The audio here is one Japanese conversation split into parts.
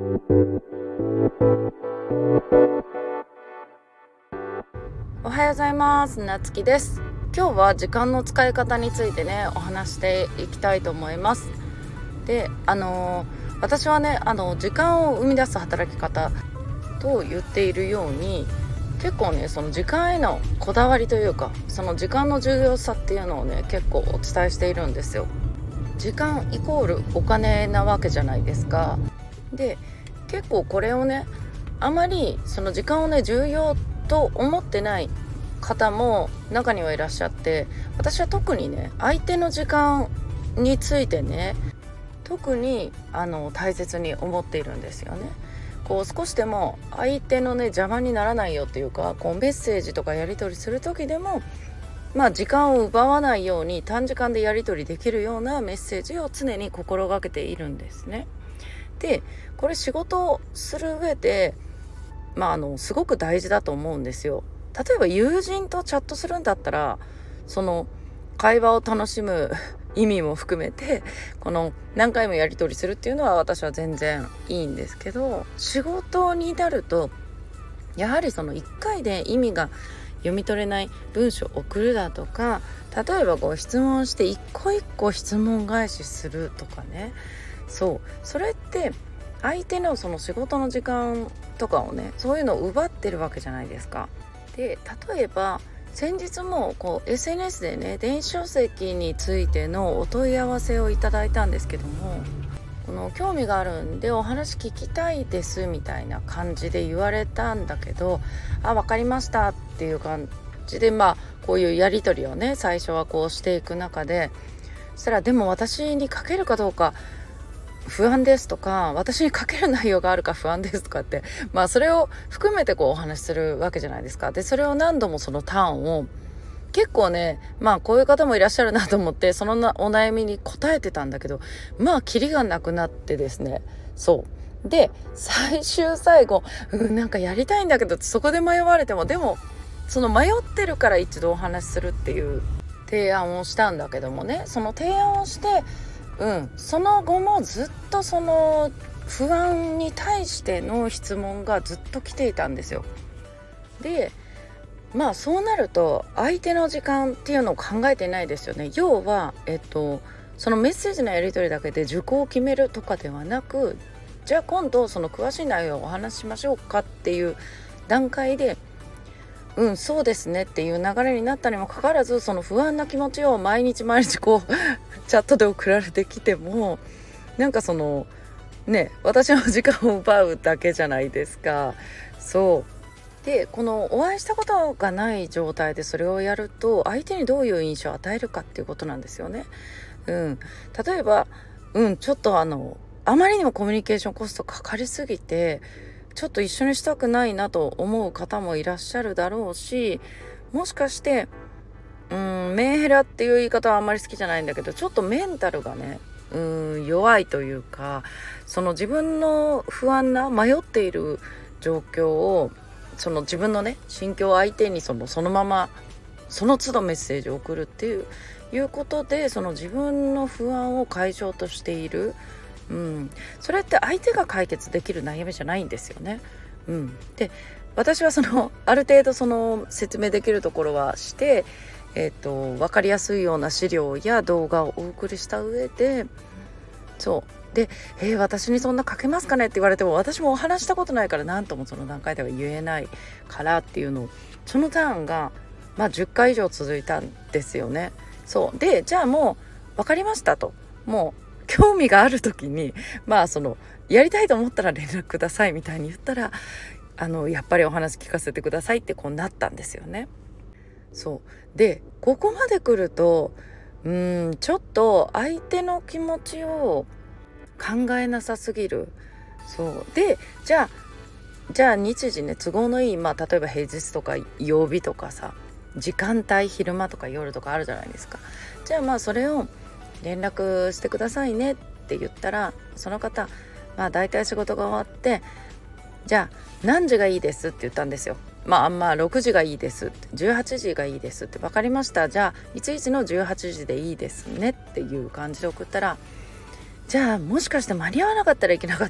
おはようございます。なつきです。今日は時間の使い方についてねお話していきたいと思います。で、私はね時間を生み出す働き方と言っているように、結構ねその時間へのこだわりというか、その時間の重要さっていうのをね結構お伝えしているんですよ。時間イコールお金なわけじゃないですか。で、結構これをねあまりその時間をね重要と思ってない方も中にはいらっしゃって、私は特にね相手の時間についてね特に大切に思っているんですよね。こう少しでも相手のね邪魔にならないよっていうか、こうメッセージとかやり取りする時でも時間を奪わないように短時間でやり取りできるようなメッセージを常に心がけているんですね。で、これ仕事をする上ですごく大事だと思うんですよ。例えば友人とチャットするんだったら、その会話を楽しむ意味も含めてこの何回もやり取りするっていうのは私は全然いいんですけど、仕事になるとやはりその1回で意味が読み取れない文章を送るだとか、例えばこう質問して一個一個質問返しするとかね、それって相手のその仕事の時間とかをね、そういうのを奪ってるわけじゃないですか。で、例えば先日もこう SNS でね電子書籍についてのお問い合わせをいただいたんですけども、この興味があるんでお話聞きたいですみたいな感じで言われたんだけど、分かりましたっていう感じでこういうやり取りをね最初はこうしていく中で、そしたらでも私に書けるかどうか不安ですとか、私に書ける内容があるか不安ですとかって、それを含めてこうお話しするわけじゃないですか。で、それを何度もそのターンを結構ねこういう方もいらっしゃるなと思って、そのお悩みに答えてたんだけど、キリがなくなってですね。で、最終最後なんかやりたいんだけど、そこで迷われても、でもその迷ってるから一度お話しするっていう提案をしたんだけどもね、その提案をしてその後もずっとその不安に対しての質問がずっと来ていたんですよ。で、そうなると相手の時間っていうのを考えてないですよね。要はそのメッセージのやり取りだけで受講を決めるとかではなく、じゃあ今度その詳しい内容をお話ししましょうかっていう段階でそうですねっていう流れになったにもかかわらず、その不安な気持ちを毎日こうチャットで送られてきても、なんかそのね私の時間を奪うだけじゃないですか。で、このお会いしたことがない状態でそれをやると相手にどういう印象を与えるかっていうことなんですよね。例えばちょっとあまりにもコミュニケーションコストかかりすぎてちょっと一緒にしたくないなと思う方もいらっしゃるだろうし、もしかしてメンヘラっていう言い方はあんまり好きじゃないんだけど、ちょっとメンタルがね弱いというか、その自分の不安な迷っている状況をその自分のね心境を相手にそのままその都度メッセージを送るっていうことで、その自分の不安を解消としている。それって相手が解決できる悩みじゃないんですよね。で、私はある程度その説明できるところはして、分かりやすいような資料や動画をお送りした上で、で、私にそんな書けますかねって言われても、私もお話したことないから何ともその段階では言えないからっていうのを、そのターンが10回以上続いたんですよね。で、じゃあもう分かりましたと、もう興味がある時にやりたいと思ったら連絡くださいみたいに言ったら、やっぱりお話聞かせてくださいってこうなったんですよね。で、ここまで来るとちょっと相手の気持ちを考えなさすぎる。で、じゃあ日時ね都合のいい例えば平日とか曜日とかさ、時間帯昼間とか夜とかあるじゃないですか。じゃあそれを連絡してくださいねって言ったら、その方だいたい仕事が終わって、じゃあ何時がいいですって言ったんですよ。6時がいいですって、18時がいいですって、分かりました、じゃあいついつの18時でいいですねっていう感じで送ったら、じゃあもしかして間に合わなかったらい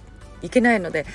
いけないので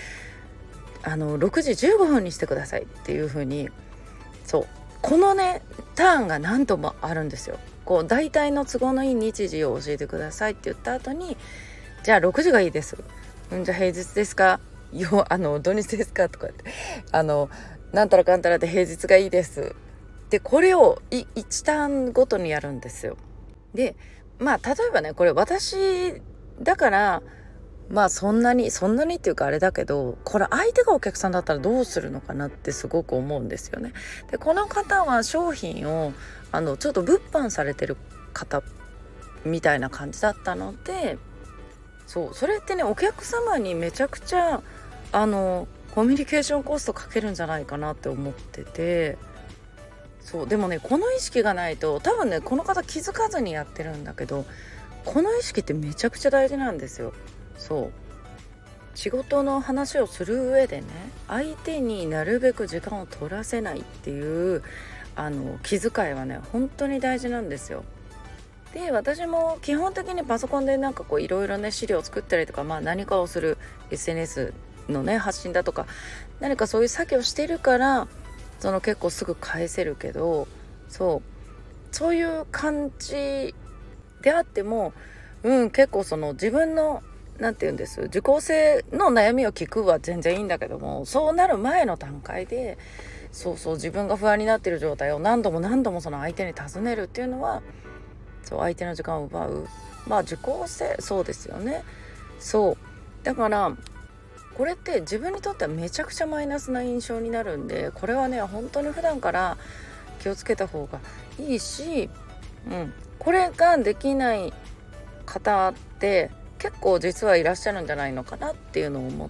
6時15分にしてくださいっていう風に、そうこのねターンが何ともあるんですよ。こう大体の都合のいい日時を教えてくださいって言った後に、じゃあ6時がいいです、じゃあ平日ですか、土日ですかとかってなんたらかんたらで平日がいいですで、これを1ターンごとにやるんですよ。で例えばね、これ私だからそんなにっていうかあれだけど、これ相手がお客さんだったらどうするのかなってすごく思うんですよね。でこの方は商品をちょっと物販されてる方みたいな感じだったので、それってねお客様にめちゃくちゃコミュニケーションコストかけるんじゃないかなって思ってて、でもねこの意識がないと、多分ねこの方気づかずにやってるんだけど、この意識ってめちゃくちゃ大事なんですよ。仕事の話をする上でね、相手になるべく時間を取らせないっていう気遣いはね本当に大事なんですよ。で私も基本的にパソコンでいろいろね資料を作ったりとか、何かをする SNS のね発信だとか何かそういう作業してるから結構すぐ返せるけど、そういう感じであっても、結構自分のなんて言うんです、受講生の悩みを聞くは全然いいんだけども、そうなる前の段階で自分が不安になっている状態を何度もその相手に尋ねるっていうのは相手の時間を奪う、受講生そうですよね。だからこれって自分にとってはめちゃくちゃマイナスな印象になるんで、これはね本当に普段から気をつけた方がいいし、これができない方って結構実はいらっしゃるんじゃないのかなっていうのを思って、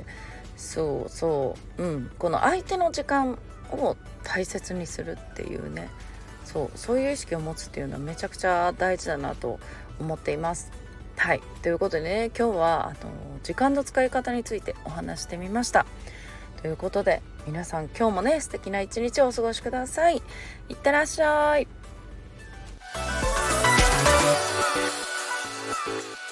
この相手の時間を大切にするっていうね、そういう意識を持つっていうのはめちゃくちゃ大事だなと思っています。ということでね、今日は時間の使い方についてお話してみました。ということで皆さん今日もね素敵な一日をお過ごしください。いってらっしゃい。